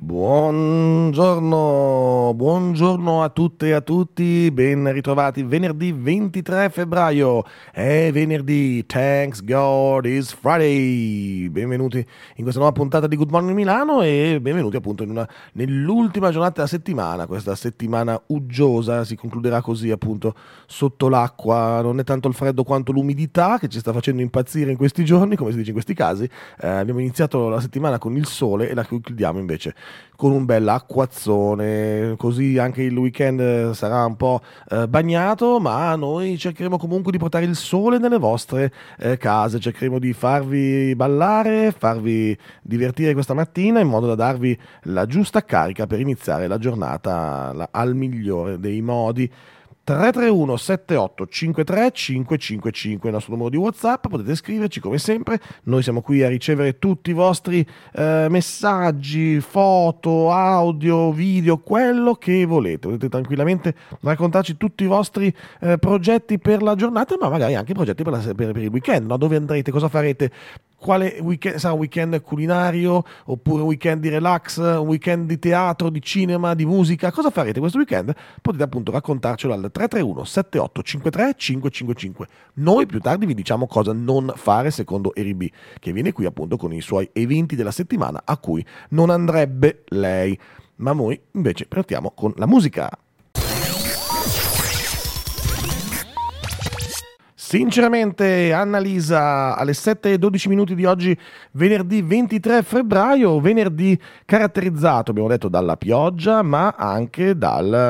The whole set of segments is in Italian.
Buongiorno a tutte e a tutti, ben ritrovati venerdì 23 febbraio, è venerdì, thanks God it's Friday, benvenuti in questa nuova puntata di Good Morning Milano e benvenuti appunto nell'ultima giornata della settimana, questa settimana uggiosa si concluderà così appunto sotto l'acqua, non è tanto il freddo quanto l'umidità che ci sta facendo impazzire in questi giorni, come si dice in questi casi, abbiamo iniziato la settimana con il sole e la concludiamo invece con un bel acquazzone, così anche il weekend sarà un po' bagnato, ma noi cercheremo comunque di portare il sole nelle vostre case, cercheremo di farvi ballare, farvi divertire questa mattina in modo da darvi la giusta carica per iniziare la giornata al migliore dei modi. 331 78 53 555 è il nostro numero di WhatsApp, potete scriverci come sempre, noi siamo qui a ricevere tutti i vostri messaggi, foto, audio, video, quello che volete, potete tranquillamente raccontarci tutti i vostri progetti per la giornata, ma magari anche progetti per il weekend, no? Dove andrete, cosa farete? Quale weekend sarà? Un weekend culinario oppure un weekend di relax, un weekend di teatro, di cinema, di musica? Cosa farete questo weekend? Potete appunto raccontarcelo al 331 78 53 555. Noi più tardi vi diciamo cosa non fare secondo Eri B, che viene qui appunto con i suoi eventi della settimana a cui non andrebbe lei. Ma noi invece partiamo con la musica. Sinceramente, Annalisa, alle 7:12 di oggi, venerdì 23 febbraio, venerdì caratterizzato, abbiamo detto, dalla pioggia, ma anche dallo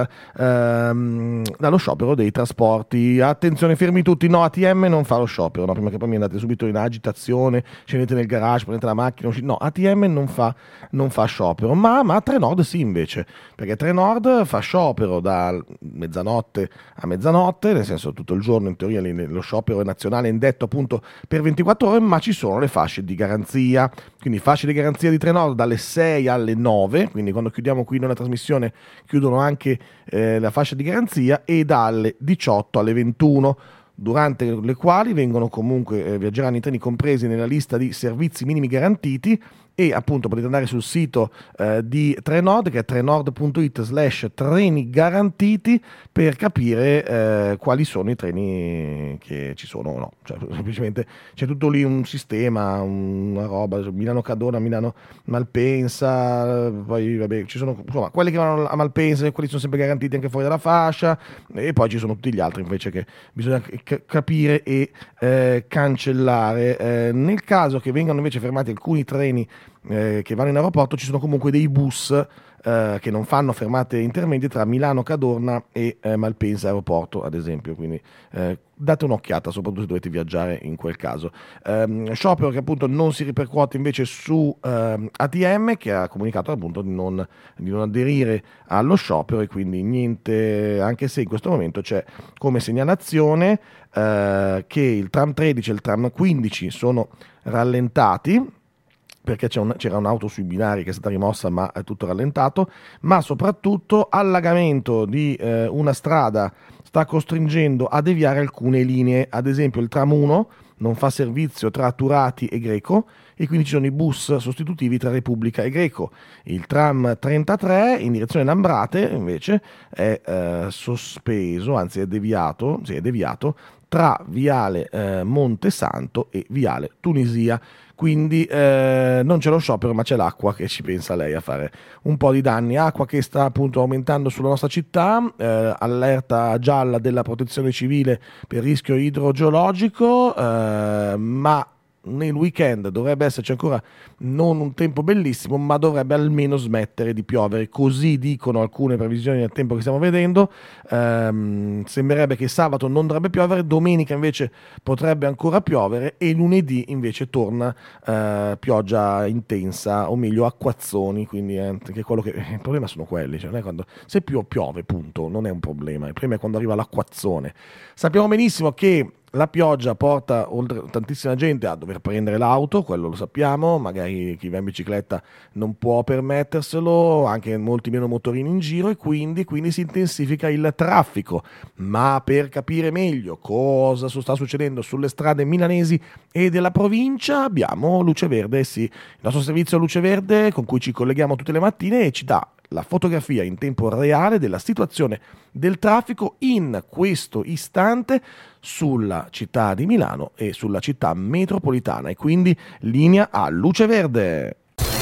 sciopero dei trasporti. Attenzione, fermi tutti, no, ATM non fa lo sciopero, no, prima che poi mi andate subito in agitazione, scendete nel garage, prendete la macchina, no, ATM non fa sciopero, ma Trenord sì invece, perché Trenord fa sciopero da mezzanotte a mezzanotte, nel senso tutto il giorno in teoria lo sciopero nazionale indetto appunto per 24 ore, ma ci sono le fasce di garanzia, quindi fasce di garanzia di Trenord dalle 6 alle 9, quindi quando chiudiamo qui nella trasmissione chiudono anche la fascia di garanzia, e dalle 18 alle 21, durante le quali vengono comunque viaggeranno i treni compresi nella lista di servizi minimi garantiti. E appunto potete andare sul sito di Trenord, che è trenord.it/treni garantiti, per capire quali sono i treni che ci sono o no. Cioè, semplicemente c'è tutto lì un sistema, una roba, Milano-Cadorna, Milano-Malpensa, poi vabbè, ci sono insomma quelli che vanno a Malpensa, quelli sono sempre garantiti anche fuori dalla fascia, e poi ci sono tutti gli altri invece che bisogna capire e cancellare. Nel caso che vengano invece fermati alcuni treni che vanno in aeroporto, ci sono comunque dei bus che non fanno fermate intermedie tra Milano Cadorna e Malpensa aeroporto, ad esempio, quindi date un'occhiata soprattutto se dovete viaggiare in quel caso. Sciopero che appunto non si ripercuote invece su ATM, che ha comunicato appunto di non aderire allo sciopero, e quindi niente, anche se in questo momento c'è come segnalazione che il tram 13 e il tram 15 sono rallentati, perché c'era un'auto sui binari che è stata rimossa, ma è tutto rallentato, ma soprattutto allagamento di una strada sta costringendo a deviare alcune linee, ad esempio il tram 1 non fa servizio tra Turati e Greco, e quindi ci sono i bus sostitutivi tra Repubblica e Greco. Il tram 33 in direzione Lambrate invece è sospeso, anzi è deviato tra Viale Montesanto e Viale Tunisia. Quindi non c'è lo sciopero, ma c'è l'acqua che ci pensa lei a fare un po' di danni. Acqua che sta appunto aumentando sulla nostra città, allerta gialla della protezione civile per rischio idrogeologico, ma nel weekend dovrebbe esserci ancora non un tempo bellissimo, ma dovrebbe almeno smettere di piovere, così dicono alcune previsioni del tempo che stiamo vedendo. Sembrerebbe che sabato non dovrebbe piovere, domenica invece potrebbe ancora piovere, e lunedì invece torna pioggia intensa, o meglio acquazzoni, quindi anche quello che il problema sono quelli, cioè non è quando se piove punto, non è un problema, il problema è quando arriva l'acquazzone. Sappiamo benissimo che La pioggia porta tantissima gente a dover prendere l'auto, quello lo sappiamo, magari chi va in bicicletta non può permetterselo, anche molti meno motorini in giro e quindi si intensifica il traffico. Ma per capire meglio cosa sta succedendo sulle strade milanesi e della provincia abbiamo Luce Verde, sì, il nostro servizio Luce Verde con cui ci colleghiamo tutte le mattine e ci dà la fotografia in tempo reale della situazione del traffico in questo istante sulla città di Milano e sulla città metropolitana, e quindi linea a Luce Verde.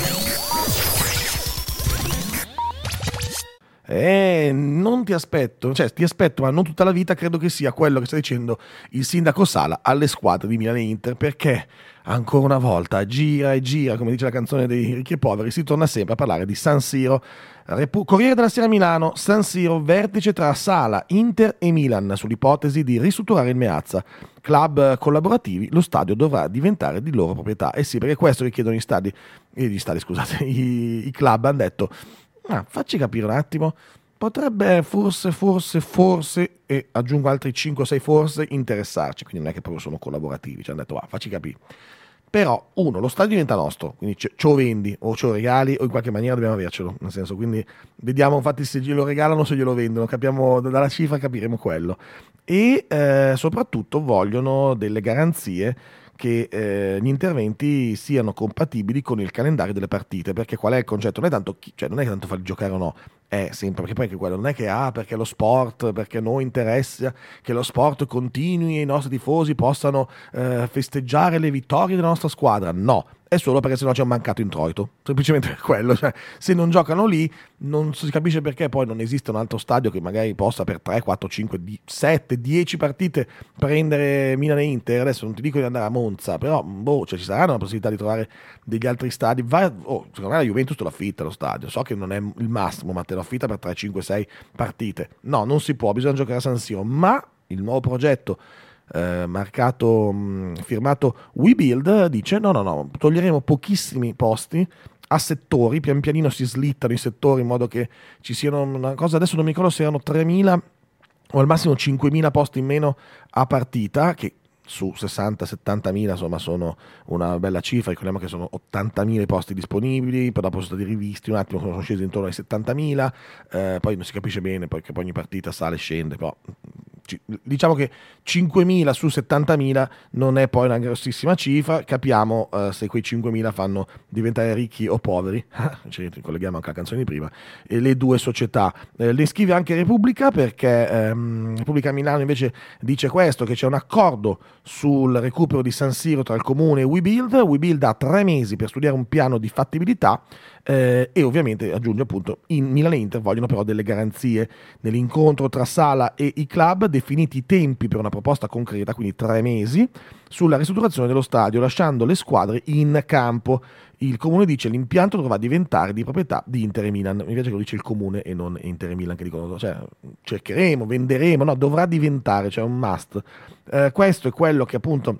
Non ti aspetto, cioè ti aspetto, ma non tutta la vita, credo che sia quello che sta dicendo il sindaco Sala alle squadre di Milano e Inter, perché ancora una volta gira e gira, come dice la canzone dei ricchi e poveri, si torna sempre a parlare di San Siro. Corriere della Sera Milano, San Siro, vertice tra Sala, Inter e Milan sull'ipotesi di ristrutturare il Meazza. Club collaborativi, lo stadio dovrà diventare di loro proprietà. Eh sì, perché è questo che chiedono i club hanno detto: facci capire un attimo, potrebbe forse, e aggiungo altri 5-6 forse, interessarci, quindi non è che proprio sono collaborativi, ci hanno detto facci capire. Però, lo stadio diventa nostro, quindi ce lo vendi o ce lo regali o in qualche maniera dobbiamo avercelo, nel senso, quindi vediamo infatti se glielo regalano o se glielo vendono, capiamo dalla cifra, capiremo quello. E soprattutto vogliono delle garanzie che gli interventi siano compatibili con il calendario delle partite, perché qual è il concetto? Non è che tanto farli giocare o no, è sempre, perché poi anche quello non è che perché lo sport, perché noi interessa che lo sport continui e i nostri tifosi possano festeggiare le vittorie della nostra squadra, no, è solo perché sennò c'è un mancato introito, semplicemente per quello, cioè se non giocano lì non si capisce perché poi non esiste un altro stadio che magari possa per 3, 4, 5, 7, 10 partite prendere Milan e Inter. Adesso non ti dico di andare a Monza, però ci saranno la possibilità di trovare degli altri stadi. Secondo me la Juventus te lo affitta lo stadio, so che non è il massimo, ma te lo affitta per 3, 5, 6 partite. No, non si può, bisogna giocare a San Siro, ma il nuovo progetto firmato WeBuild dice no, toglieremo pochissimi posti a settori, pian pianino si slittano i settori in modo che ci siano una cosa, adesso non mi ricordo se erano 3.000 o al massimo 5.000 posti in meno a partita, che su 60-70.000 insomma sono una bella cifra. Ricordiamo che sono 80.000 i posti disponibili, poi dopo sono stati rivisti un attimo, sono scesi intorno ai 70.000, poi non si capisce bene perché poi ogni partita sale e scende, però diciamo che 5.000 su 70.000 non è poi una grossissima cifra. Capiamo se quei 5.000 fanno diventare ricchi o poveri, ci colleghiamo anche alla canzone di prima, e le due società. Le scrive anche Repubblica, perché Repubblica Milano invece dice questo, che c'è un accordo sul recupero di San Siro tra il comune e WeBuild ha 3 mesi per studiare un piano di fattibilità, e ovviamente aggiunge appunto in Milan e Inter vogliono però delle garanzie. Nell'incontro tra Sala e i club definiti i tempi per una proposta concreta, quindi 3 mesi, sulla ristrutturazione dello stadio, lasciando le squadre in campo. Il comune dice l'impianto dovrà diventare di proprietà di Inter e Milan. Mi piace che lo dice il comune e non Inter e Milan, che dicono cercheremo, venderemo, no, dovrà diventare, cioè un must. Questo è quello che appunto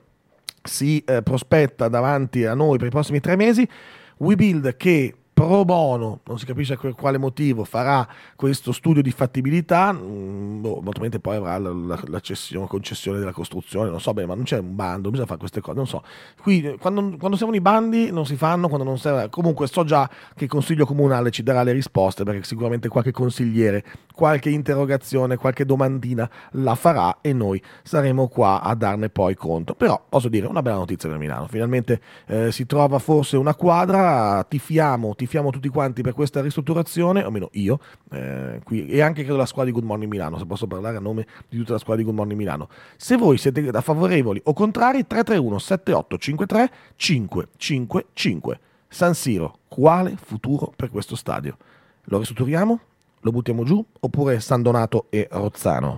si prospetta davanti a noi per i prossimi 3 mesi. WeBuild che pro bono, non si capisce per quale motivo, farà questo studio di fattibilità, naturalmente poi avrà la concessione della costruzione, non so bene, ma non c'è un bando, bisogna fare queste cose, non so. Qui quando servono i bandi non si fanno, quando non serve, comunque so già che il Consiglio Comunale ci darà le risposte, perché sicuramente qualche consigliere, qualche interrogazione, qualche domandina la farà e noi saremo qua a darne poi conto. Però posso dire, una bella notizia per Milano, finalmente si trova forse una quadra, tifiamo tutti quanti per questa ristrutturazione, o almeno io, qui, e anche credo la squadra di Good Morning Milano, se posso parlare a nome di tutta la squadra di Good Morning Milano. Se voi siete favorevoli o contrari, 331 7853 555. San Siro, quale futuro per questo stadio? Lo ristrutturiamo? Lo buttiamo giù? Oppure San Donato e Rozzano?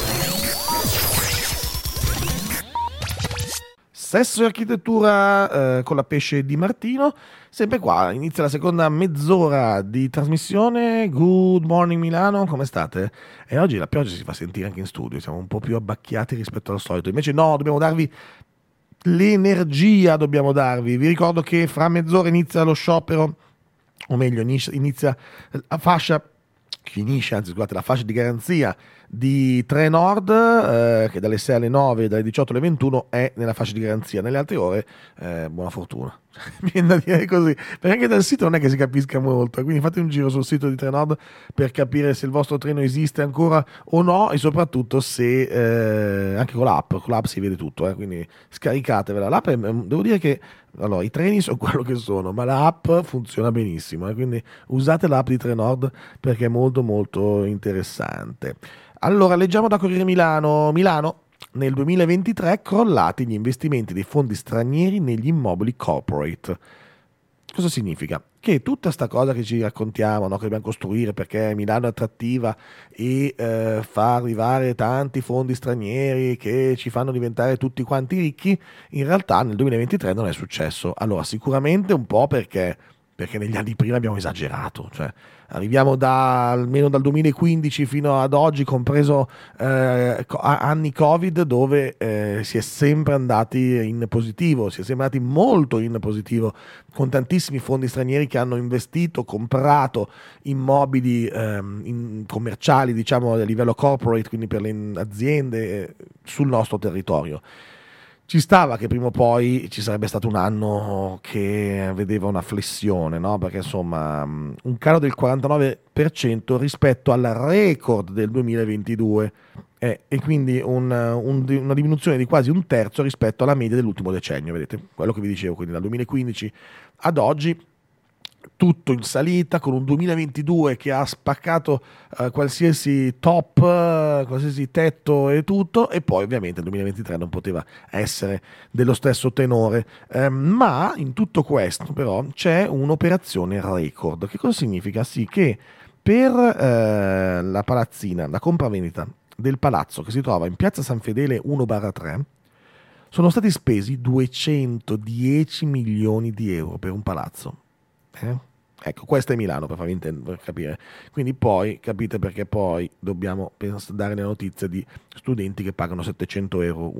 Sesso e architettura con la Pesce Di Martino, sempre qua, inizia la seconda mezz'ora di trasmissione. Good Morning Milano, come state? E oggi la pioggia si fa sentire anche in studio, siamo un po' più abbacchiati rispetto al solito, invece no, dobbiamo darvi l'energia, vi ricordo che fra mezz'ora inizia lo sciopero, o meglio inizia a fascia finisce, anzi scusate, la fascia di garanzia di Trenord, che dalle 6 alle 9 e dalle 18 alle 21 è nella fascia di garanzia, nelle altre ore buona fortuna. Mi viene da dire così, perché anche dal sito non è che si capisca molto, quindi fate un giro sul sito di Trenord per capire se il vostro treno esiste ancora o no, e soprattutto se anche con l'app si vede tutto, quindi scaricatevela. L'app devo dire che allora, i treni sono quello che sono, ma l'app funziona benissimo, quindi usate l'app di Trenord perché è molto molto interessante. Allora, leggiamo da Corriere Milano. Milano, nel 2023 crollati gli investimenti dei fondi stranieri negli immobili corporate. Cosa significa? Che tutta sta cosa che ci raccontiamo, no, che dobbiamo costruire perché Milano è attrattiva e fa arrivare tanti fondi stranieri che ci fanno diventare tutti quanti ricchi, in realtà nel 2023 non è successo. Allora, sicuramente un po' perché negli anni prima abbiamo esagerato, cioè arriviamo almeno dal 2015 fino ad oggi, compreso anni Covid, dove si è sempre andati in positivo, si è sempre andati molto in positivo, con tantissimi fondi stranieri che hanno investito, comprato immobili commerciali, diciamo a livello corporate, quindi per le aziende sul nostro territorio. Ci stava che prima o poi ci sarebbe stato un anno che vedeva una flessione, no? Perché insomma un calo del 49% rispetto al record del 2022 e quindi una diminuzione di quasi un terzo rispetto alla media dell'ultimo decennio, vedete? Quello che vi dicevo, quindi dal 2015 ad oggi tutto in salita, con un 2022 che ha spaccato qualsiasi top, qualsiasi tetto e tutto, e poi ovviamente il 2023 non poteva essere dello stesso tenore, ma in tutto questo però c'è un'operazione record. Che cosa significa? Sì, che per la palazzina, la compravendita del palazzo che si trova in piazza San Fedele 1/3, sono stati spesi 210 milioni di euro per un palazzo. Ecco, questa è Milano, per farvi per capire. Quindi poi capite perché poi dobbiamo dare le notizie di studenti che pagano 700 euro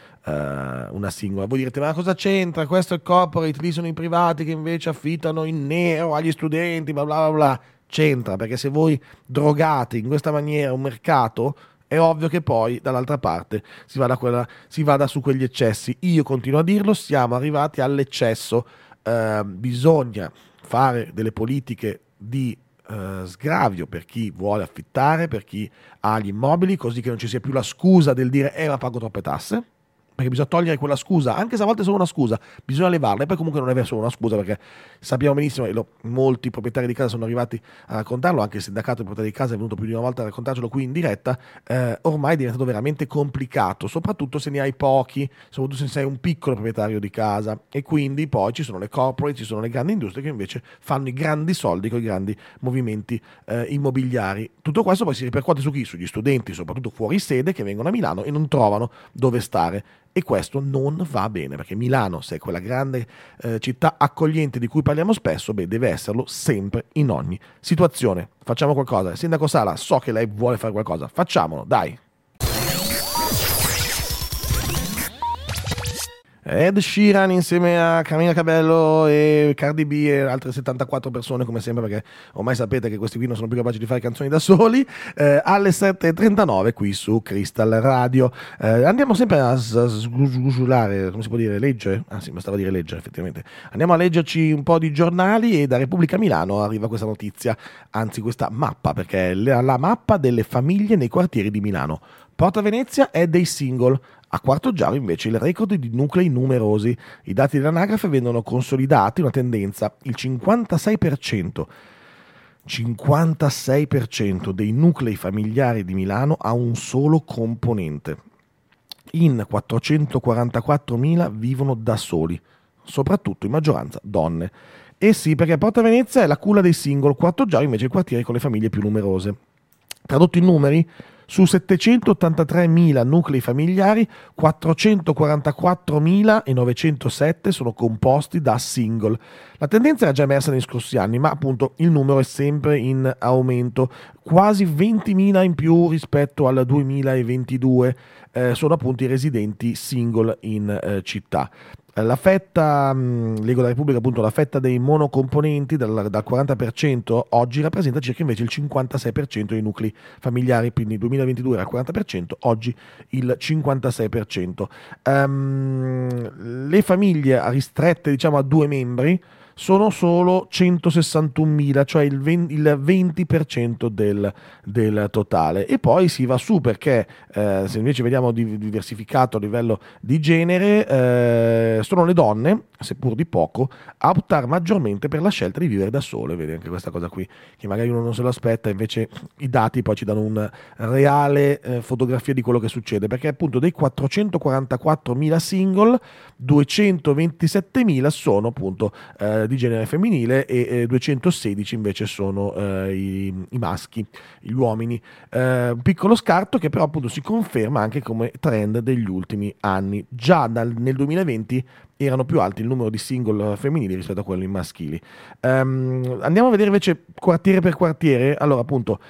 una singola. Voi direte, ma cosa c'entra? Questo è corporate, lì sono i privati che invece affittano in nero agli studenti, bla bla bla bla. C'entra, perché se voi drogate in questa maniera un mercato, è ovvio che poi dall'altra parte si vada su quegli eccessi. Io continuo a dirlo, siamo arrivati all'eccesso. Bisogna fare delle politiche di sgravio per chi vuole affittare, per chi ha gli immobili, così che non ci sia più la scusa del dire ma pago troppe tasse, perché bisogna togliere quella scusa, anche se a volte è solo una scusa, bisogna levarla, e poi comunque non è solo una scusa, perché sappiamo benissimo, e molti proprietari di casa sono arrivati a raccontarlo, anche il sindacato dei proprietari di casa è venuto più di una volta a raccontarcelo qui in diretta, ormai è diventato veramente complicato, soprattutto se ne hai pochi, soprattutto se sei un piccolo proprietario di casa, e quindi poi ci sono le corporate, ci sono le grandi industrie che invece fanno i grandi soldi con i grandi movimenti immobiliari. Tutto questo poi si ripercuote su chi? Sugli studenti, soprattutto fuori sede, che vengono a Milano e non trovano dove stare. E questo non va bene, perché Milano, se è quella grande città accogliente di cui parliamo spesso, deve esserlo sempre in ogni situazione. Facciamo qualcosa. Sindaco Sala, so che lei vuole fare qualcosa, facciamolo, dai. Ed Sheeran insieme a Camila Cabello e Cardi B e altre 74 persone, come sempre, perché ormai sapete che questi qui non sono più capaci di fare canzoni da soli, alle 7.39 qui su Crystal Radio. Andiamo sempre a sgusciolare, come si può dire, leggere? Ah sì, bastava dire leggere, effettivamente. Andiamo a leggerci un po' di giornali, e da Repubblica Milano arriva questa notizia, anzi questa mappa, perché è la mappa delle famiglie nei quartieri di Milano. Porta Venezia è dei single, a Quarto Giaro invece il record di nuclei numerosi. I dati dell'anagrafe vedono consolidati una tendenza: il 56% dei nuclei familiari di Milano ha un solo componente. In 444.000 vivono da soli, soprattutto in maggioranza donne. E sì, perché Porta Venezia è la culla dei single, Quarto Giaro invece è il quartiere con le famiglie più numerose. Tradotto in numeri, su 783.000 nuclei familiari, 444.907 sono composti da single. La tendenza era già emersa negli scorsi anni, ma appunto il numero è sempre in aumento. Quasi 20.000 in più rispetto al 2022 sono appunto i residenti single in città. La fetta, leggo la Repubblica, appunto, la fetta dei monocomponenti dal 40% oggi rappresenta circa invece il 56% dei nuclei familiari, quindi nel 2022 era il 40%, oggi il 56%. Le famiglie ristrette, diciamo, a 2 membri sono solo 161.000, cioè il 20% del totale. E poi si va su perché se invece vediamo diversificato a livello di genere, sono le donne, seppur di poco, a optare maggiormente per la scelta di vivere da sole. Vedi anche questa cosa qui, che magari uno non se lo aspetta, invece i dati poi ci danno una reale fotografia di quello che succede, perché appunto dei 444.000 single, 227.000 sono appunto di genere femminile e 216 invece sono i maschi, gli uomini. Un piccolo scarto che però appunto si conferma anche come trend degli ultimi anni. Già nel 2020 erano più alti il numero di single femminili rispetto a quelli maschili. Andiamo a vedere invece quartiere per quartiere. Allora appunto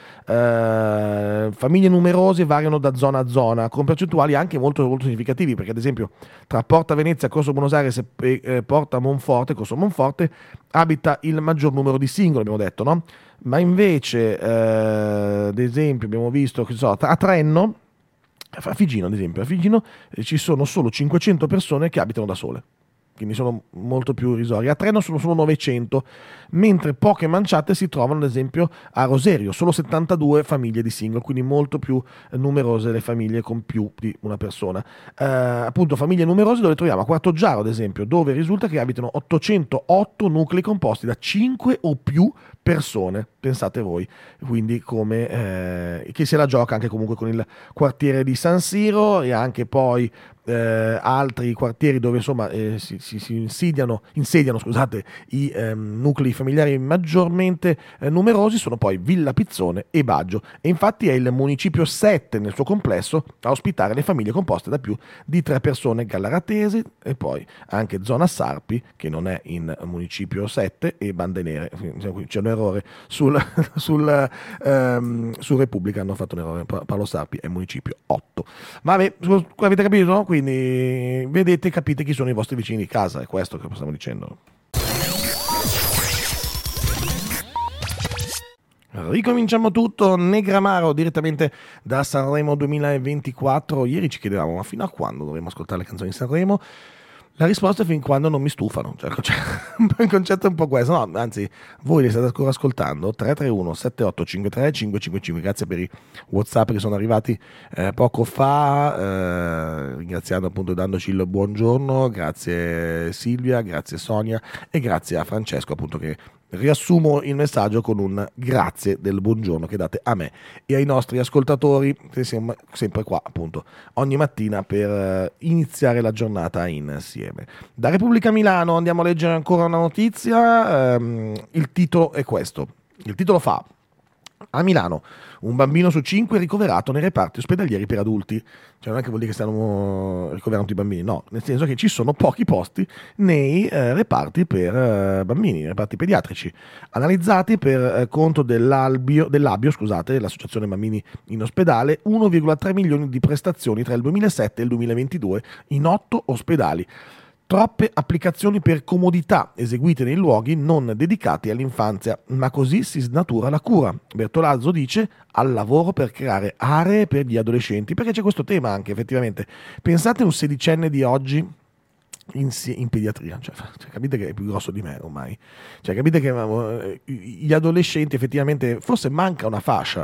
famiglie numerose variano da zona a zona con percentuali anche molto, molto significativi, perché ad esempio tra Porta Venezia, Corso Buenos Aires e Porta Monforte, Corso Monforte, abita il maggior numero di single, abbiamo detto, no? Ma invece ad esempio abbiamo visto che a Trenno, a Figino ad esempio, a Figino ci sono solo 500 persone che abitano da sole, quindi sono molto più irrisori. A Treno sono solo 900, mentre poche manciate si trovano ad esempio a Roserio, solo 72 famiglie di single, quindi molto più numerose le famiglie con più di una persona. Appunto famiglie numerose dove troviamo a Quartoggiaro ad esempio, dove risulta che abitano 808 nuclei composti da 5 o più persone, pensate voi, quindi come che se la gioca anche comunque con il quartiere di San Siro e anche poi altri quartieri dove insomma si insediano scusate, i nuclei familiari maggiormente numerosi sono poi Villa Pizzone e Baggio, e infatti è il municipio 7 nel suo complesso a ospitare le famiglie composte da più di 3 persone Gallaratesi, e poi anche zona Sarpi che non è in municipio 7, e Bande Nere. C'è un errore sul Repubblica, hanno fatto un errore, Paolo Sarpi è municipio 8. Vabbè, avete capito, no? Quindi vedete, capite chi sono i vostri vicini di casa, è questo che stiamo dicendo. Ricominciamo tutto, Negramaro direttamente da Sanremo 2024. Ieri ci chiedevamo, ma fino a quando dovremo ascoltare le canzoni di Sanremo? La risposta è fin quando non mi stufano, cioè, il concetto è un po' questo, no, anzi voi li state ancora ascoltando, 331 7853 555, grazie per i WhatsApp che sono arrivati poco fa, ringraziando appunto e dandoci il buongiorno, grazie Silvia, grazie Sonia e grazie a Francesco appunto che riassumo il messaggio con un grazie del buongiorno che date a me e ai nostri ascoltatori che siamo sempre qua appunto ogni mattina per iniziare la giornata insieme. Da Repubblica Milano andiamo a leggere ancora una notizia, il titolo è questo, il titolo fa: a Milano un bambino su 5 è ricoverato nei reparti ospedalieri per adulti. Cioè non è che vuol dire che stanno ricoverando tutti i bambini, no, nel senso che ci sono pochi posti nei reparti per bambini, reparti pediatrici. Analizzati per conto dell'Abio, scusate, l'associazione Bambini in Ospedale, 1,3 milioni di prestazioni tra il 2007 e il 2022 in 8 ospedali. Troppe applicazioni per comodità eseguite nei luoghi non dedicati all'infanzia, ma così si snatura la cura. Bertolazzo dice al lavoro per creare aree per gli adolescenti, perché c'è questo tema anche effettivamente. Pensate a un sedicenne di oggi in pediatria, cioè, capite che è più grosso di me ormai, cioè capite che gli adolescenti effettivamente forse manca una fascia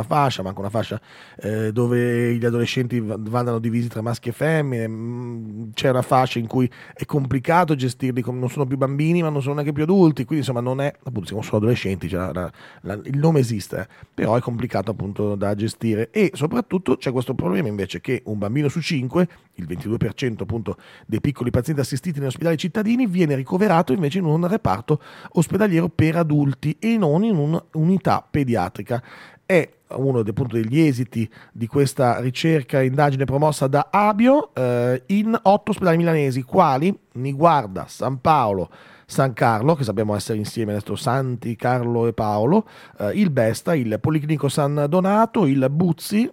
dove gli adolescenti vanno divisi tra maschi e femmine, c'è una fascia in cui è complicato gestirli, non sono più bambini ma non sono neanche più adulti, quindi insomma non è, appunto siamo solo adolescenti, cioè il nome esiste, però è complicato appunto da gestire, e soprattutto c'è questo problema invece che un bambino su 5, il 22% appunto dei piccoli pazienti assistiti negli ospedali cittadini, viene ricoverato invece in un reparto ospedaliero per adulti e non in un'unità pediatrica. È uno appunto degli esiti di questa ricerca e indagine promossa da Abio in 8 ospedali milanesi, quali Niguarda, San Paolo, San Carlo, che sappiamo essere insieme adesso Santi Carlo e Paolo, il Besta, il Policlinico San Donato, il Buzzi,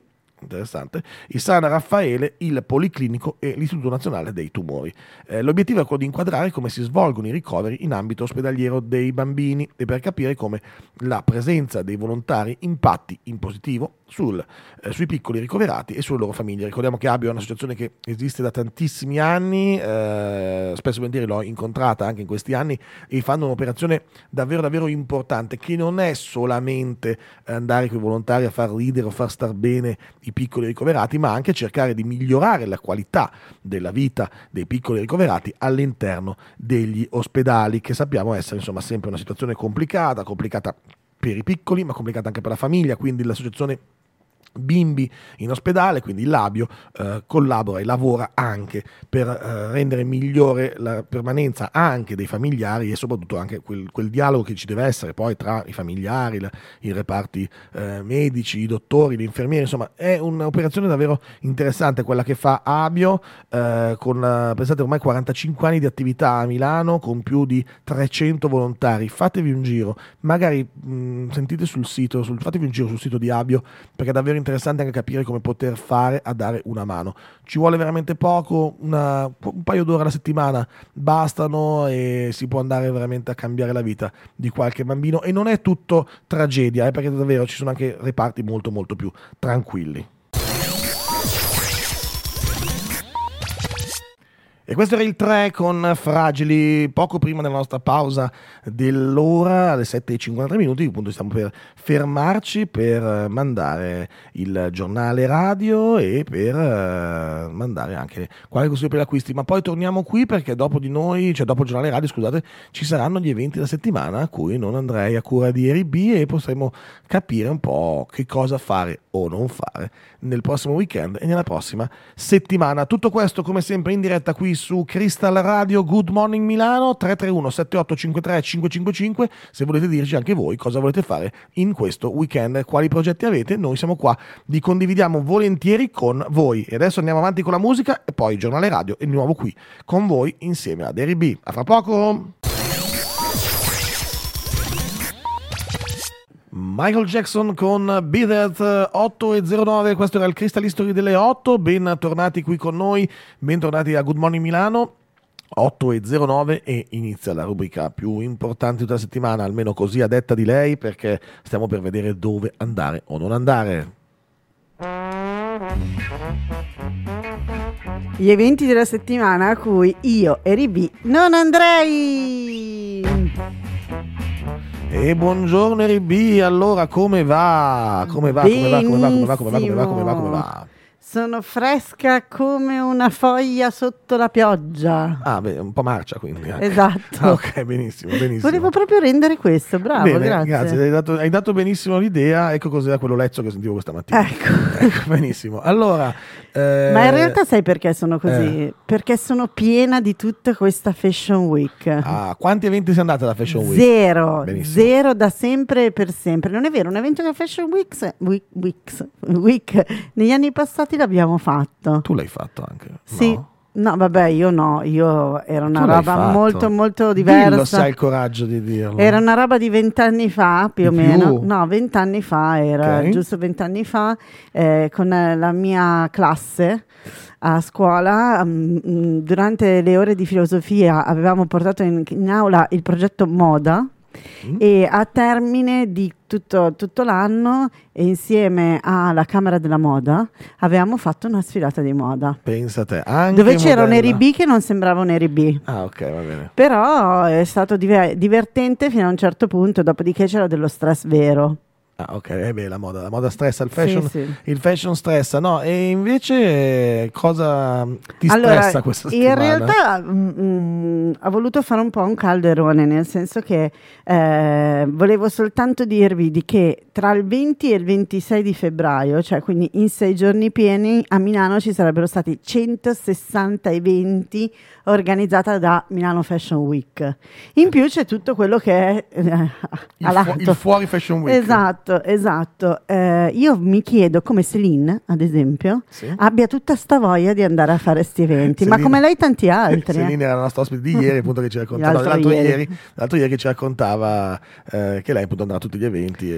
interessante, il San Raffaele, il Policlinico e l'Istituto Nazionale dei Tumori. L'obiettivo è quello di inquadrare come si svolgono i ricoveri in ambito ospedaliero dei bambini e per capire come la presenza dei volontari impatti in positivo sui piccoli ricoverati e sulle loro famiglie. Ricordiamo che Abio è un'associazione che esiste da tantissimi anni, spesso e volentieri l'ho incontrata anche in questi anni, e fanno un'operazione davvero davvero importante, che non è solamente andare con i volontari a far ridere o far star bene i piccoli ricoverati, ma anche cercare di migliorare la qualità della vita dei piccoli ricoverati all'interno degli ospedali, che sappiamo essere insomma sempre una situazione complicata per i piccoli, ma complicata anche per la famiglia. Quindi l'associazione Bimbi in ospedale, quindi il Labio, collabora e lavora anche per rendere migliore la permanenza anche dei familiari e soprattutto anche quel dialogo che ci deve essere poi tra i familiari, i reparti medici, i dottori, gli infermieri. Insomma, è un'operazione davvero interessante quella che fa Abio, pensate, ormai 45 anni di attività a Milano con più di 300 volontari. Fatevi un giro, magari sentite fatevi un giro sul sito di Abio, perché è davvero interessante anche capire come poter fare a dare una mano. Ci vuole veramente poco, un paio d'ore alla settimana bastano e si può andare veramente a cambiare la vita di qualche bambino, e non è tutto tragedia, perché davvero ci sono anche reparti molto molto più tranquilli. E questo era il 3 con Fragili, poco prima della nostra pausa dell'ora, alle 7:53 minuti, appunto stiamo per fermarci per mandare il giornale radio e per mandare anche qualche consiglio per gli acquisti, ma poi torniamo qui perché dopo di noi, cioè dopo il giornale radio, scusate, ci saranno gli eventi della settimana a cui non andrei a cura di Eri B, e potremo capire un po' che cosa fare o non fare nel prossimo weekend e nella prossima settimana. Tutto questo come sempre in diretta qui su Crystal Radio. Good Morning Milano, 331 7853 555. Se volete dirci anche voi cosa volete fare in questo weekend, quali progetti avete, noi siamo qua, li condividiamo volentieri con voi. E adesso andiamo avanti con la musica e poi il giornale radio e di nuovo qui con voi insieme ad Eri B. A fra poco. Michael Jackson con Be That, 8:09, questo era il Crystal History delle 8, bentornati qui con noi, bentornati a Good Morning Milano, 8:09 e inizia la rubrica più importante della settimana, almeno così a detta di lei, perché stiamo per vedere dove andare o non andare. Gli eventi della settimana a cui io, Eri B, non andrei! E buongiorno Eri B, allora come va? Come va? Sono fresca come una foglia sotto la pioggia. Ah, beh, un po' marcia quindi. Anche. Esatto. Ok, benissimo. Volevo proprio rendere questo, bravo, bene, grazie. Hai dato benissimo l'idea, ecco cos'era quello lezzo che sentivo questa mattina. Ecco, benissimo. Allora... Ma in realtà sai perché sono così? Perché sono piena di tutta questa Fashion Week. Ah, quanti eventi sei andata alla Fashion Week? Zero da sempre e per sempre. Non è vero, un evento della Fashion Week negli anni passati l'abbiamo fatto. Tu l'hai fatto anche? Sì. No, vabbè, io era una tu roba molto molto diversa. Dillo se hai il coraggio di dirlo. Era una roba di 20 anni fa, più o meno. No, 20 anni fa era, okay. Giusto 20 anni fa, con la mia classe a scuola, durante le ore di filosofia avevamo portato in aula il progetto Moda. E a termine di tutto l'anno, insieme alla Camera della Moda, avevamo fatto una sfilata di moda. Pensa te, anche dove c'era un Eri B che non sembrava un Eri B. Ah, ok, va bene. Però è stato divertente fino a un certo punto, dopodiché c'era dello stress vero. Ah, ok, la moda stressa, il fashion, sì. Il fashion stressa, no? E invece cosa ti stressa questa settimana? In realtà ho voluto fare un po' un calderone, nel senso che volevo soltanto dirvi che tra il 20 e il 26 di febbraio, cioè quindi in 6 giorni pieni, a Milano ci sarebbero stati 160 eventi organizzati da Milano Fashion Week. In più c'è tutto quello che è il fuori Fashion Week. Esatto. Io mi chiedo come Celine, ad esempio, abbia tutta sta voglia di andare a fare sti eventi, ma come lei tanti altri. Celine era la nostra ospite di ieri, appunto, che ci raccontava l'altro ieri che ci raccontava che lei appunto andava a tutti gli eventi, e il povero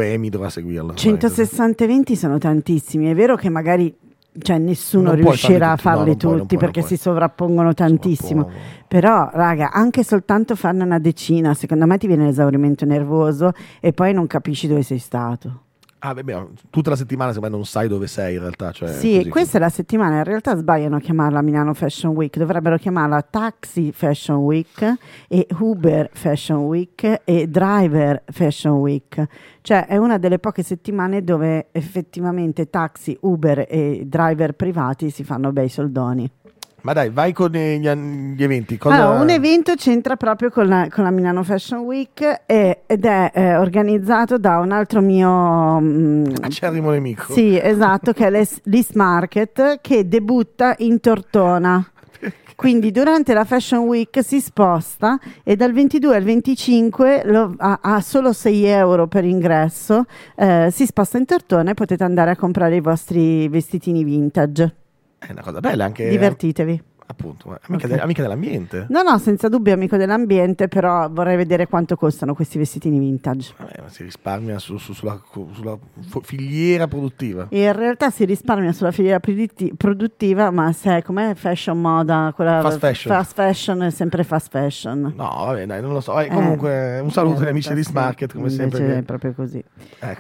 Amy dovrà seguirlo. 160 eventi sono tantissimi, è vero che magari nessuno riuscirà a farli tutti perché si sovrappongono tantissimo, però raga, anche soltanto farne una decina secondo me ti viene l'esaurimento nervoso e poi non capisci dove sei stato. Tutta la settimana secondo me non sai dove sei in realtà. Sì, questa è la settimana, in realtà sbagliano a chiamarla Milano Fashion Week, dovrebbero chiamarla Taxi Fashion Week e Uber Fashion Week e Driver Fashion Week. Cioè è una delle poche settimane dove effettivamente taxi, Uber e driver privati si fanno bei soldoni. Ma dai, vai con gli eventi. Allora, un evento c'entra proprio con la Milano Fashion Week ed è organizzato da un altro mio acerrimo nemico. Sì, esatto, che è l'East Market, che debutta in Tortona. Quindi durante la Fashion Week si sposta e dal 22 al 25 a solo 6 euro per ingresso si sposta in Tortona e potete andare a comprare i vostri vestitini vintage. È una cosa bella anche. Divertitevi. Appunto, amica dell'ambiente. No, senza dubbio amico dell'ambiente, però vorrei vedere quanto costano questi vestitini vintage. Vabbè, ma si risparmia sulla filiera produttiva. In realtà si risparmia sulla filiera produttiva, ma se com'è fashion moda, quella fast fashion è sempre fast fashion. No, vabbè, dai, non lo so. Comunque un saluto agli amici di Smarket, come sempre. È proprio così. Ecco.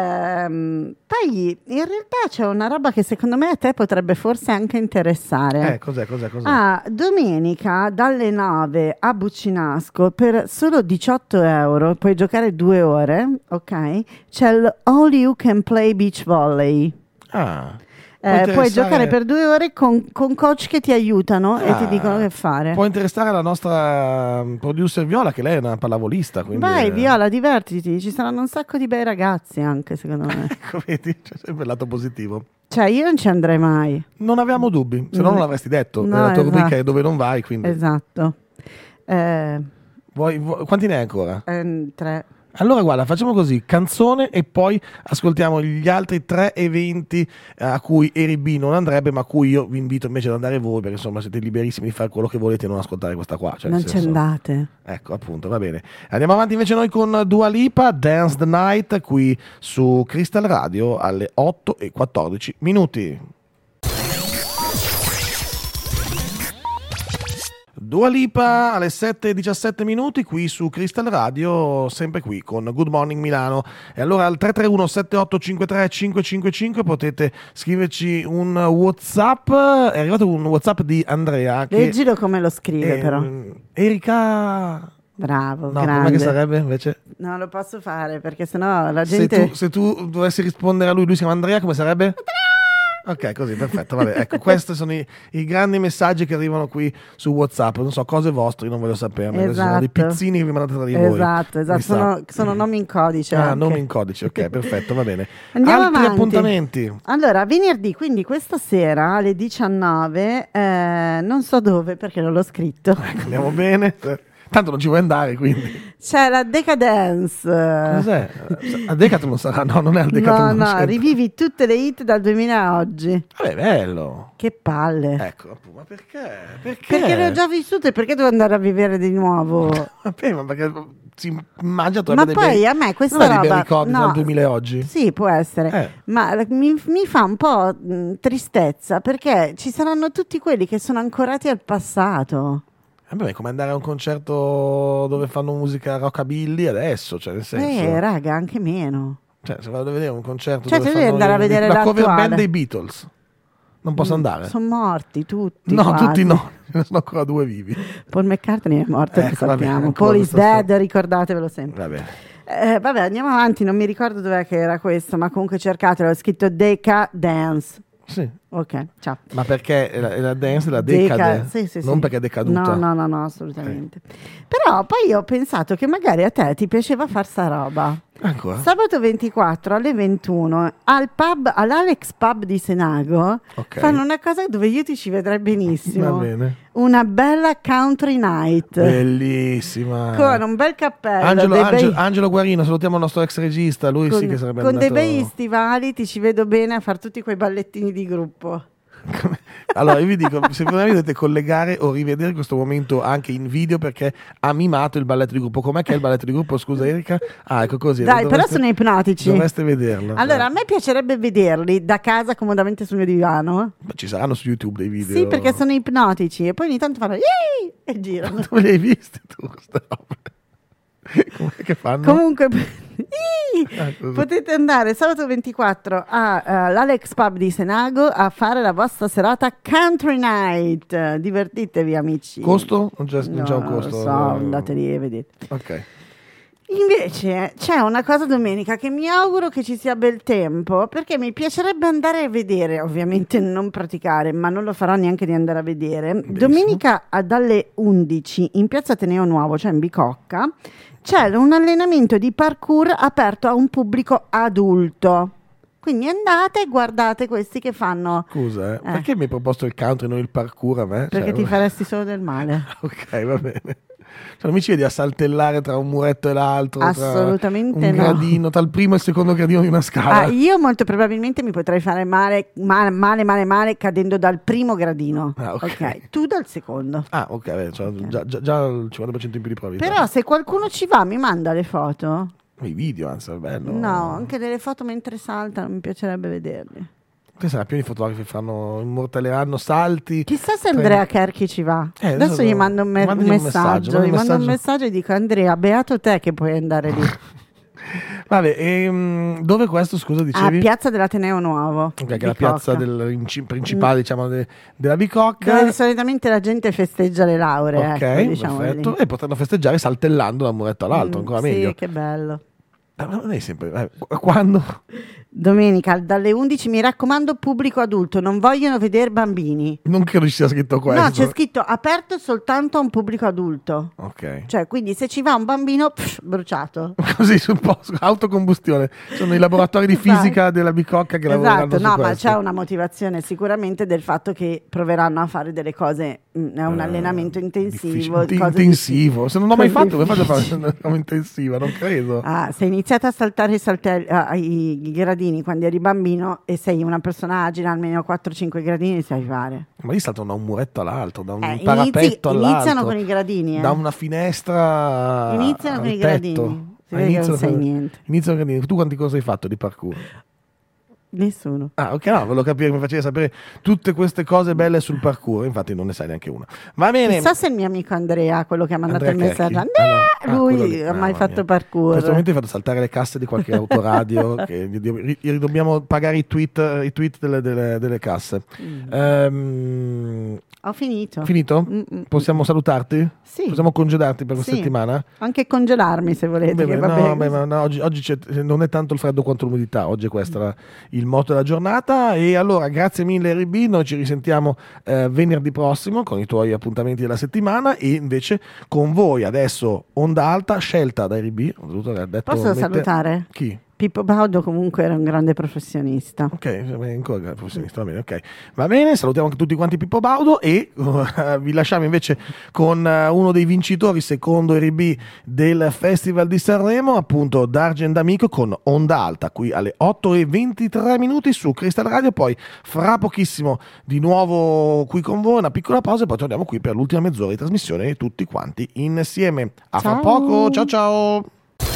Poi in realtà c'è una roba che secondo me a te potrebbe forse anche interessare. Cos'è? Domenica dalle 9 a Buccinasco per solo 18 euro puoi giocare 2 ore, ok? C'è l'All You Can Play Beach Volley. Puoi giocare per 2 ore con coach che ti aiutano e ti dicono che fare. Può interessare la nostra producer Viola, che lei è una pallavolista. Quindi vai Viola, divertiti, ci saranno un sacco di bei ragazzi anche secondo me. Ecco, vedi, c'è sempre il lato positivo. Cioè io non ci andrei mai. Non avevamo dubbi, se no non l'avresti detto. La tua rubrica è dove non vai, quindi. Esatto. Quanti ne hai ancora? 3. Allora guarda, facciamo così, canzone e poi ascoltiamo gli altri 3 eventi a cui Eri B non andrebbe, ma a cui io vi invito invece ad andare voi, perché insomma siete liberissimi di fare quello che volete e non ascoltare questa qua. Non ci andate. Ecco, appunto, va bene. Andiamo avanti invece noi con Dua Lipa, Dance the Night, qui su Crystal Radio alle 8:14. Dua Lipa alle 7:17 qui su Crystal Radio, sempre qui con Good Morning Milano. E allora al 331 7853 555 potete scriverci un WhatsApp. È arrivato un WhatsApp di Andrea. Leggilo come lo scrive però. Erika. Bravo, no, grande. Come che sarebbe invece? No, lo posso fare perché sennò la gente. Se tu dovessi rispondere a lui si chiama Andrea, come sarebbe? Ok, così, perfetto, vabbè. Ecco, questi sono i grandi messaggi che arrivano qui su WhatsApp. Non so, cose vostre, io non voglio sapere. Sono dei pizzini che vi mandate tra di voi. Esatto. Sono nomi in codice. Nomi in codice, ok, perfetto, va bene. Andiamo Altri avanti. Appuntamenti. Allora, venerdì, quindi questa sera alle 19, non so dove perché non l'ho scritto. Ecco, andiamo bene. Tanto non ci vuoi andare, quindi. C'è la Decadence. Cos'è? A Decathlon sarà? No, non è al Decathlon. No, rivivi tutte le hit dal 2000 a oggi. Vabbè, bello. Che palle. Ecco, ma perché? Perché le ho già vissute, perché devo andare a vivere di nuovo? Vabbè, ma perché si mangia tu. Ma poi a me questa roba... Non ricordi dal 2000 oggi? Sì, può essere. Ma mi fa un po' tristezza, perché ci saranno tutti quelli che sono ancorati al passato. Vabbè, è come andare a un concerto dove fanno musica rockabilly adesso, cioè nel senso. Raga, anche meno. Cioè, se vado a vedere un concerto dove devi andare a vedere la cover l'attuale. band dei Beatles. Non posso andare. Sono morti tutti. No, quasi. tutti no. Ce ne sono ancora 2 vivi. Paul McCartney è morto, lo sappiamo. Vabbè, Paul is dead, ricordatevelo sempre. Vabbè, andiamo avanti. Non mi ricordo dov'è che era questo, ma comunque cercatelo. Ho scritto Decadence. Sì. Ok, ciao. Ma perché la dance la decade? Sì. Non perché è decaduta. No, assolutamente. Però poi ho pensato che magari a te ti piaceva far sta roba. Ancora? Sabato 24 alle 21 all'Alex Pub di Senago fanno una cosa dove io ti ci vedrei benissimo. Va bene. Una bella country night. Bellissima. Con un bel cappello. Angelo Guarino, salutiamo il nostro ex regista. Lui sì che sarebbe con andato... dei bei stivali, ti ci vedo bene a fare tutti quei ballettini di gruppo. Allora io vi dico, secondo me dovete collegare o rivedere questo momento anche in video, perché ha mimato il balletto di gruppo. Com'è che è il balletto di gruppo, scusa Erika? Ah, ecco così. Dai, però sono ipnotici. Dovreste vederlo. Allora, a me piacerebbe vederli da casa comodamente sul mio divano. Ma ci saranno su YouTube dei video. Sì, perché sono ipnotici e poi ogni tanto fanno Yee! E girano. Dove li hai visti tu? Com'è che fanno? Comunque potete andare sabato 24 all'Alex Pub di Senago a fare la vostra serata Country Night. Divertitevi, amici. Costo? Non c'è un costo? Lo so, andate lì e vedete. Ok. Invece c'è una cosa domenica che mi auguro che ci sia bel tempo, perché mi piacerebbe andare a vedere, ovviamente non praticare, ma non lo farò neanche di andare a vedere. Benissimo. Domenica dalle 11 in Piazza Ateneo Nuovo, cioè in Bicocca, c'è un allenamento di parkour aperto a un pubblico adulto. Quindi andate e guardate questi che fanno. Scusa, perché mi hai proposto il country e non il parkour a me? Perché ti faresti solo del male. Ok, va bene. Cioè, non mi ci vedi a saltellare tra un muretto e l'altro? Assolutamente tra un gradino, tra il primo e il secondo gradino di una scala. Io molto probabilmente mi potrei fare male cadendo dal primo gradino. Ok, tu dal secondo. Ah, ok, beh, cioè, già il 50% in più di probabilità. Però se qualcuno ci va mi manda le foto. I video, anzi, è bello. No, anche delle foto mentre saltano, mi piacerebbe vederli. Che sarà più di fotografi che immortaleranno salti. Chissà se Andrea Kerchi ci va. Adesso gli mando un messaggio. Gli mando un messaggio e dico: Andrea, beato te che puoi andare lì. Vabbè, dove questo, scusa, dicevi? A Piazza dell'Ateneo Nuovo. Ok, che è la piazza principale, diciamo, della Bicocca. Dove solitamente la gente festeggia le lauree. Ok, ecco, diciamo perfetto. lì. E potranno festeggiare saltellando da un muretto all'altro, ancora meglio. Sì, che bello. Ma non è sempre. Quando? Domenica dalle 11, mi raccomando, pubblico adulto, non vogliono vedere bambini. Non credo ci sia scritto questo. No, c'è scritto aperto soltanto a un pubblico adulto. Ok. Cioè, quindi se ci va un bambino, bruciato. Così sul posto, autocombustione. Sono i laboratori di fisica della Bicocca che lavoreranno su no, questo. ma c'è una motivazione sicuramente del fatto che proveranno a fare delle cose, è un allenamento intensivo. Intensivo, se non l'ho mai fatto, come faccio a fare un allenamento intensivo? Non credo. Se hai iniziato a saltare i gradini quando eri bambino e sei una persona agile, almeno 4-5 gradini sai fare. Ma lì saltano da un muretto all'alro, da un parapetto all'altro. Iniziano con i gradini. Da una finestra. Iniziano con i gradini. Non sai niente. Iniziano con i gradini. Tu quanti corsi hai fatto di parkour? Nessuno. Ok, no, volevo capire, mi faceva sapere tutte queste cose belle sul parkour, infatti non ne sai neanche una. Va bene. Chissà se il mio amico Andrea, quello che ha mandato il messaggio, lui ha mai fatto parkour. In questo momento hai fatto saltare le casse di qualche autoradio, che gli dobbiamo pagare i tweet delle casse. Ho finito. Finito? Possiamo salutarti? Sì. Possiamo congedarti per questa settimana? Anche congelarmi se volete. Oggi non è tanto il freddo quanto l'umidità, oggi questo era il motto della giornata. E allora grazie mille RB, noi ci risentiamo venerdì prossimo con i tuoi appuntamenti della settimana, e invece con voi adesso Onda Alta scelta da RB. Posso salutare? Chi? Pippo Baudo comunque era un grande professionista. Ok, ancora professionista, va bene, ok. Va bene, salutiamo anche tutti quanti Pippo Baudo e vi lasciamo invece con uno dei vincitori secondo RB del Festival di Sanremo, appunto D'Argent Amico con Onda Alta, qui alle 8:23 su Crystal Radio. Poi fra pochissimo di nuovo qui con voi, una piccola pausa e poi torniamo qui per l'ultima mezz'ora di trasmissione tutti quanti insieme. A fra poco, ciao ciao!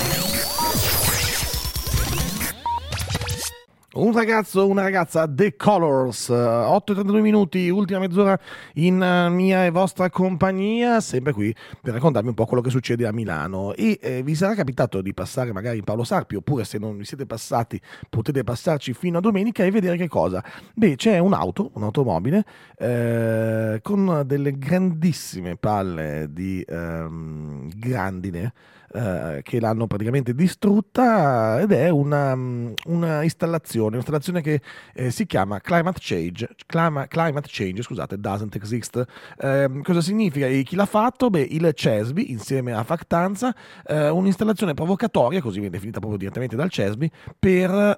Un ragazzo, una ragazza, The Colors, 8:32, ultima mezz'ora in mia e vostra compagnia, sempre qui per raccontarvi un po' quello che succede a Milano. E vi sarà capitato di passare magari in Paolo Sarpi, oppure se non vi siete passati potete passarci fino a domenica e vedere che cosa? Beh, c'è un'automobile con delle grandissime palle di grandine che l'hanno praticamente distrutta, ed è una installazione che si chiama Climate Change, scusate, doesn't exist. Cosa significa e chi l'ha fatto? Beh, il CESBI insieme a Factanza, un'installazione provocatoria, così viene definita proprio direttamente dal CESBI, per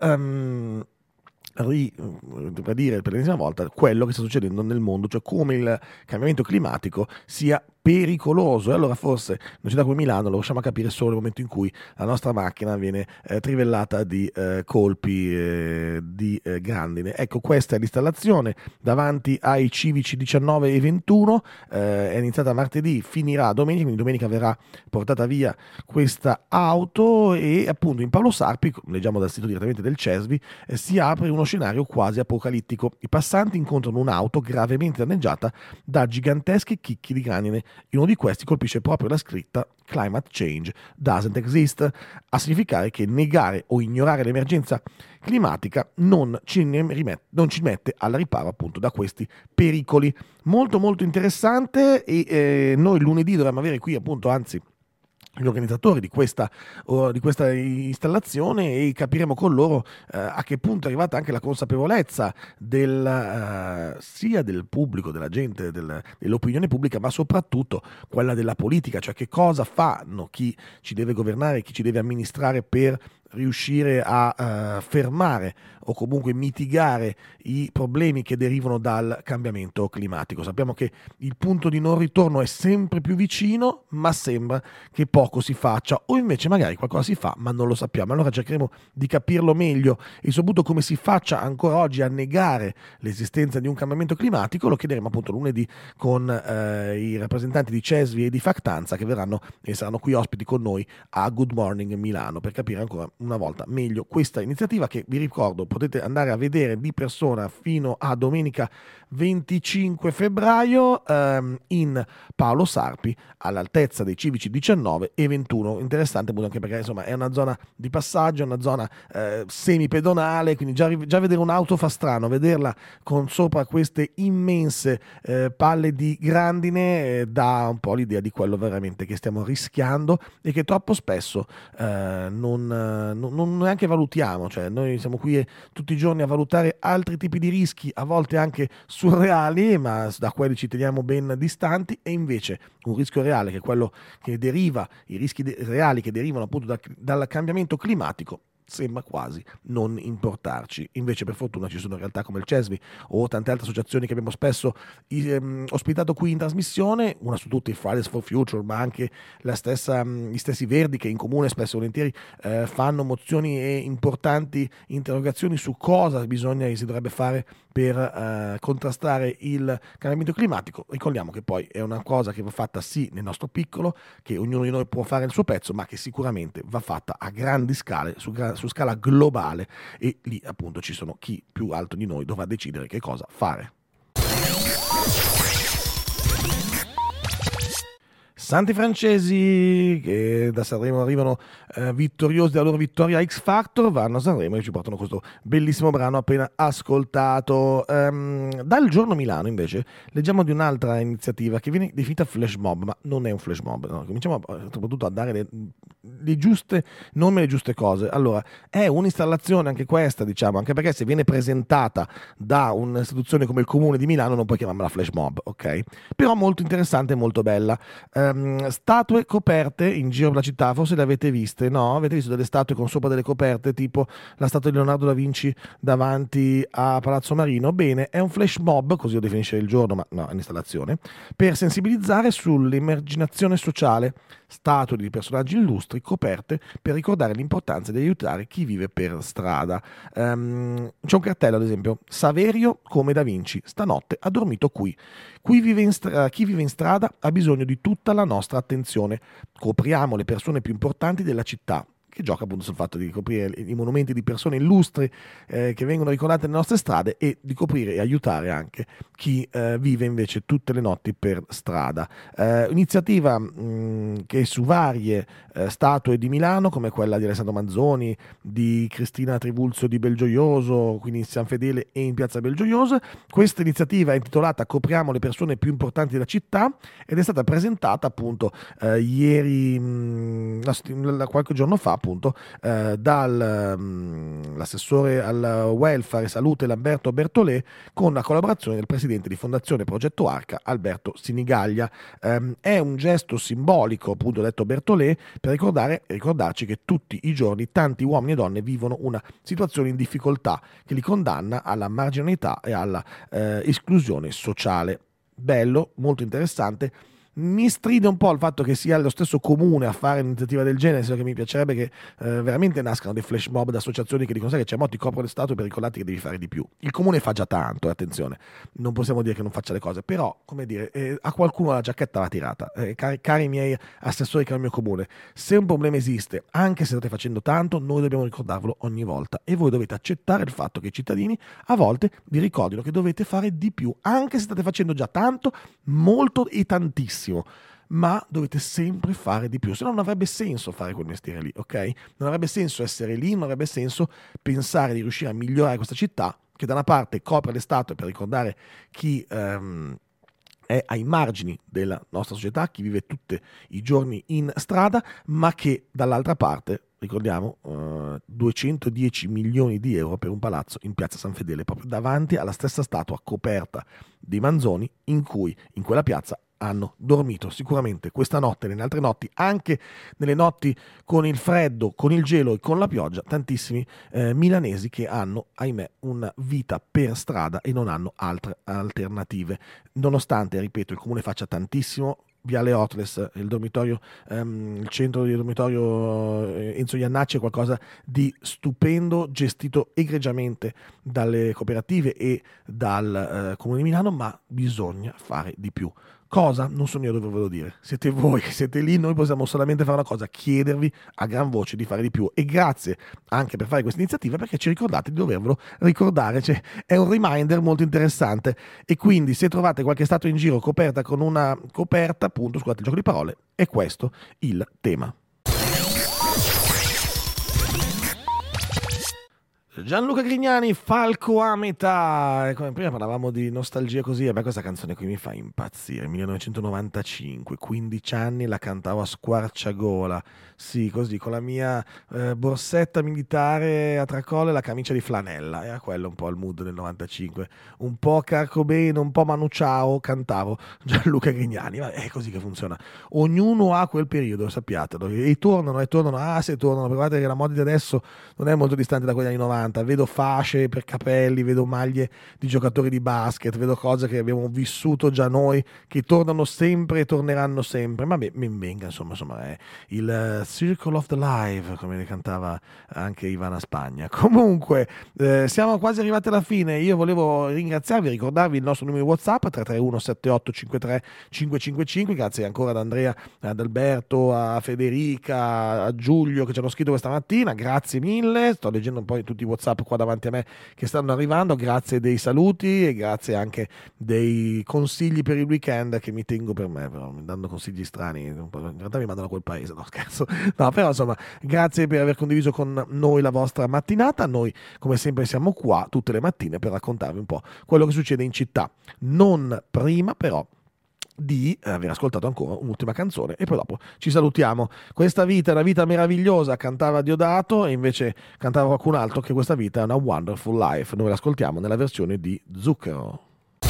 dire per l'ennesima volta quello che sta succedendo nel mondo, cioè come il cambiamento climatico sia pericoloso. E allora forse in una città come Milano lo riusciamo a capire solo nel momento in cui la nostra macchina viene trivellata di colpi di grandine. Ecco, questa è l'installazione davanti ai civici 19 e 21, è iniziata martedì, finirà domenica, quindi domenica verrà portata via questa auto e appunto in Paolo Sarpi, leggiamo dal sito direttamente del CESVI, si apre uno scenario quasi apocalittico. I passanti incontrano un'auto gravemente danneggiata da giganteschi chicchi di grandine. In uno di questi colpisce proprio la scritta "Climate change doesn't exist", a significare che negare o ignorare l'emergenza climatica non ci mette alla riparo appunto da questi pericoli. Molto molto interessante e noi lunedì dovremmo avere qui appunto, anzi gli organizzatori di questa installazione, e capiremo con loro a che punto è arrivata anche la consapevolezza sia del pubblico, della gente, dell'opinione pubblica, ma soprattutto quella della politica, cioè che cosa fanno chi ci deve governare, chi ci deve amministrare per riuscire a fermare o comunque mitigare i problemi che derivano dal cambiamento climatico. Sappiamo che il punto di non ritorno è sempre più vicino, ma sembra che poco si faccia, o invece magari qualcosa si fa ma non lo sappiamo. Allora cercheremo di capirlo meglio e soprattutto come si faccia ancora oggi a negare l'esistenza di un cambiamento climatico. Lo chiederemo appunto lunedì con i rappresentanti di CESVI e di Factanza, che verranno e saranno qui ospiti con noi a Good Morning Milano, per capire ancora una volta meglio questa iniziativa, che vi ricordo potete andare a vedere di persona fino a domenica 25 febbraio in Paolo Sarpi, all'altezza dei civici 19 e 21. Interessante anche perché insomma è una zona di passaggio, una zona semipedonale, quindi già vedere un'auto fa strano, vederla con sopra queste immense palle di grandine dà un po' l'idea di quello veramente che stiamo rischiando e che troppo spesso non neanche valutiamo. Cioè noi siamo qui tutti i giorni a valutare altri tipi di rischi, a volte anche surreali, ma da quelli ci teniamo ben distanti, e invece un rischio reale, che è quello che deriva, i rischi reali che derivano appunto dal cambiamento climatico, sembra quasi non importarci. Invece per fortuna ci sono realtà come il CESVI o tante altre associazioni che abbiamo spesso ospitato qui in trasmissione, una su tutte i Fridays for Future, ma anche gli stessi Verdi, che in comune spesso e volentieri fanno mozioni e importanti interrogazioni su cosa bisogna e si dovrebbe fare per contrastare il cambiamento climatico. Ricordiamo che poi è una cosa che va fatta sì nel nostro piccolo, che ognuno di noi può fare il suo pezzo, ma che sicuramente va fatta a grandi scale, su scala globale, e lì appunto ci sono chi più alto di noi dovrà decidere che cosa fare. Santi Francesi, che da Sanremo arrivano vittoriosi della loro vittoria a X Factor, vanno a Sanremo e ci portano questo bellissimo brano appena ascoltato. Dal Giorno Milano invece leggiamo di un'altra iniziativa che viene definita flash mob, ma non è un flash mob, no? Cominciamo soprattutto a dare le giuste nomi e le giuste cose. Allora, è un'installazione anche questa, diciamo, anche perché se viene presentata da un'istituzione come il Comune di Milano non puoi chiamarla flash mob, ok? Però molto interessante e molto bella. Statue coperte in giro per la città, forse le avete viste, no? Avete visto delle statue con sopra delle coperte, tipo la statua di Leonardo da Vinci davanti a Palazzo Marino? Bene, è un flash mob, così lo definisce il giorno, ma no, è un'installazione, per sensibilizzare sull'emarginazione sociale. Statue di personaggi illustri coperte per ricordare l'importanza di aiutare chi vive per strada. C'è un cartello, ad esempio: Saverio come Da Vinci, stanotte ha dormito qui. Chi vive in strada ha bisogno di tutta la nostra attenzione. Copriamo le persone più importanti della città, che gioca appunto sul fatto di coprire i monumenti di persone illustri che vengono ricordate nelle nostre strade, e di coprire e aiutare anche chi vive invece tutte le notti per strada. Iniziativa che su varie statue di Milano, come quella di Alessandro Manzoni, di Cristina Trivulzio di Belgioioso, quindi in San Fedele e in Piazza Belgioioso. Questa iniziativa è intitolata Copriamo le persone più importanti della città ed è stata presentata appunto qualche giorno fa, appunto dall'assessore al welfare e salute Lamberto Bertolè, con la collaborazione del presidente di Fondazione Progetto Arca Alberto Sinigaglia. È un gesto simbolico, appunto, detto Bertolè, per ricordarci che tutti i giorni tanti uomini e donne vivono una situazione in difficoltà che li condanna alla marginalità e alla esclusione sociale. Bello, molto interessante. Mi stride un po' il fatto che sia lo stesso comune a fare un'iniziativa del genere, nel senso che mi piacerebbe che veramente nascano dei flash mob da associazioni che dicono sai che c'è, mo ti copro le statue per ricordarti che devi fare di più. Il comune fa già tanto, attenzione, non possiamo dire che non faccia le cose, però, come dire, a qualcuno la giacchetta va tirata. Cari miei assessori che è il mio comune, se un problema esiste, anche se state facendo tanto, noi dobbiamo ricordarvelo ogni volta e voi dovete accettare il fatto che i cittadini a volte vi ricordino che dovete fare di più, anche se state facendo già tanto, molto e tantissimo. Ma dovete sempre fare di più, se no non avrebbe senso fare quel mestiere lì, ok? Non avrebbe senso essere lì, non avrebbe senso pensare di riuscire a migliorare questa città che da una parte copre le statue per ricordare chi è ai margini della nostra società, chi vive tutti i giorni in strada, ma che dall'altra parte, ricordiamo, 210 milioni di euro per un palazzo in piazza San Fedele, proprio davanti alla stessa statua coperta di Manzoni in cui in quella piazza hanno dormito sicuramente questa notte, nelle altre notti, anche nelle notti con il freddo, con il gelo e con la pioggia, tantissimi milanesi che hanno, ahimè, una vita per strada e non hanno altre alternative. Nonostante, ripeto, il comune faccia tantissimo, Viale Otles, il dormitorio, il centro di dormitorio Enzo Iannacci è qualcosa di stupendo, gestito egregiamente dalle cooperative e dal Comune di Milano, ma bisogna fare di più. Cosa? Non sono io a dovervelo dire, siete voi che siete lì, noi possiamo solamente fare una cosa, chiedervi a gran voce di fare di più, e grazie anche per fare questa iniziativa perché ci ricordate di dovervelo ricordare, cioè, è un reminder molto interessante. E quindi se trovate qualche statua in giro coperta con una coperta, appunto, scusate il gioco di parole, è questo il tema. Gianluca Grignani, Falco a metà. Come prima parlavamo di nostalgia così, a me questa canzone qui mi fa impazzire. 1995, 15 anni, la cantavo a squarciagola, sì, così, con la mia borsetta militare a tracolla e la camicia di flanella. Era quello un po' il mood del 95. Un po' Kurt Cobain, un po' Manu Chao, cantavo Gianluca Grignani. Ma è così che funziona. Ognuno ha quel periodo, sappiatelo. E tornano, se tornano. Guardate che la moda di adesso non è molto distante da quegli anni 90. Vedo fasce per capelli, vedo maglie di giocatori di basket, vedo cose che abbiamo vissuto già noi, che tornano sempre e torneranno sempre. Ma ben venga, insomma, è il Circle of the Life, come le cantava anche Ivana Spagna. Comunque, siamo quasi arrivati alla fine. Io volevo ringraziarvi, ricordarvi il nostro numero WhatsApp 331 7853 555. Grazie ancora ad Andrea, ad Alberto, a Federica, a Giulio che ci hanno scritto questa mattina. Grazie mille. Sto leggendo un po' tutti i WhatsApp qua davanti a me che stanno arrivando. Grazie dei saluti e grazie anche dei consigli per il weekend che mi tengo per me, però mi danno consigli strani, in realtà mi mandano a quel paese, no scherzo, no, però insomma grazie per aver condiviso con noi la vostra mattinata. Noi come sempre siamo qua tutte le mattine per raccontarvi un po' quello che succede in città, non prima però di aver ascoltato ancora un'ultima canzone e poi dopo ci salutiamo. Questa vita è una vita meravigliosa, cantava Diodato, e invece cantava qualcun altro che questa vita è una wonderful life. Noi l'ascoltiamo nella versione di Zucchero.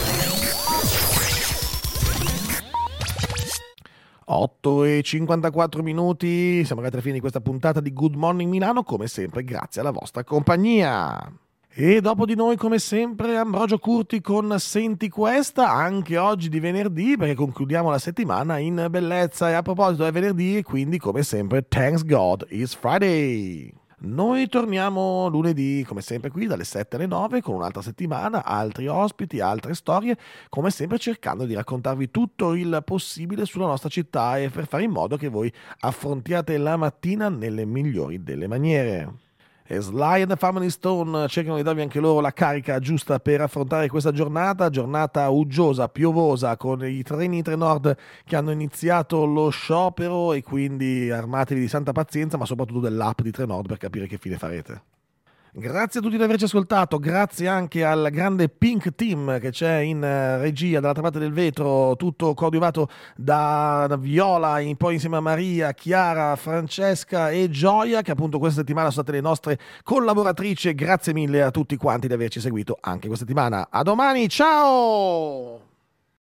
8:54, siamo arrivati alla fine di questa puntata di Good Morning Milano, come sempre grazie alla vostra compagnia. E dopo di noi, come sempre, Ambrogio Curti con Senti Questa, anche oggi di venerdì, perché concludiamo la settimana in bellezza. E a proposito è venerdì, e quindi come sempre, thanks God it's Friday. Noi torniamo lunedì, come sempre qui, dalle 7 alle 9, con un'altra settimana, altri ospiti, altre storie, come sempre cercando di raccontarvi tutto il possibile sulla nostra città e per fare in modo che voi affrontiate la mattina nelle migliori delle maniere. E Sly and the Family Stone cercano di darvi anche loro la carica giusta per affrontare questa giornata uggiosa, piovosa, con i treni Trenord che hanno iniziato lo sciopero, e quindi armatevi di santa pazienza, ma soprattutto dell'app di Trenord per capire che fine farete. Grazie a tutti di averci ascoltato, grazie anche al grande Pink Team che c'è in regia dall'altra parte del vetro, tutto coadiuvato da Viola, poi insieme a Maria, Chiara, Francesca e Gioia, che appunto questa settimana sono state le nostre collaboratrici. Grazie mille a tutti quanti di averci seguito anche questa settimana. A domani, ciao!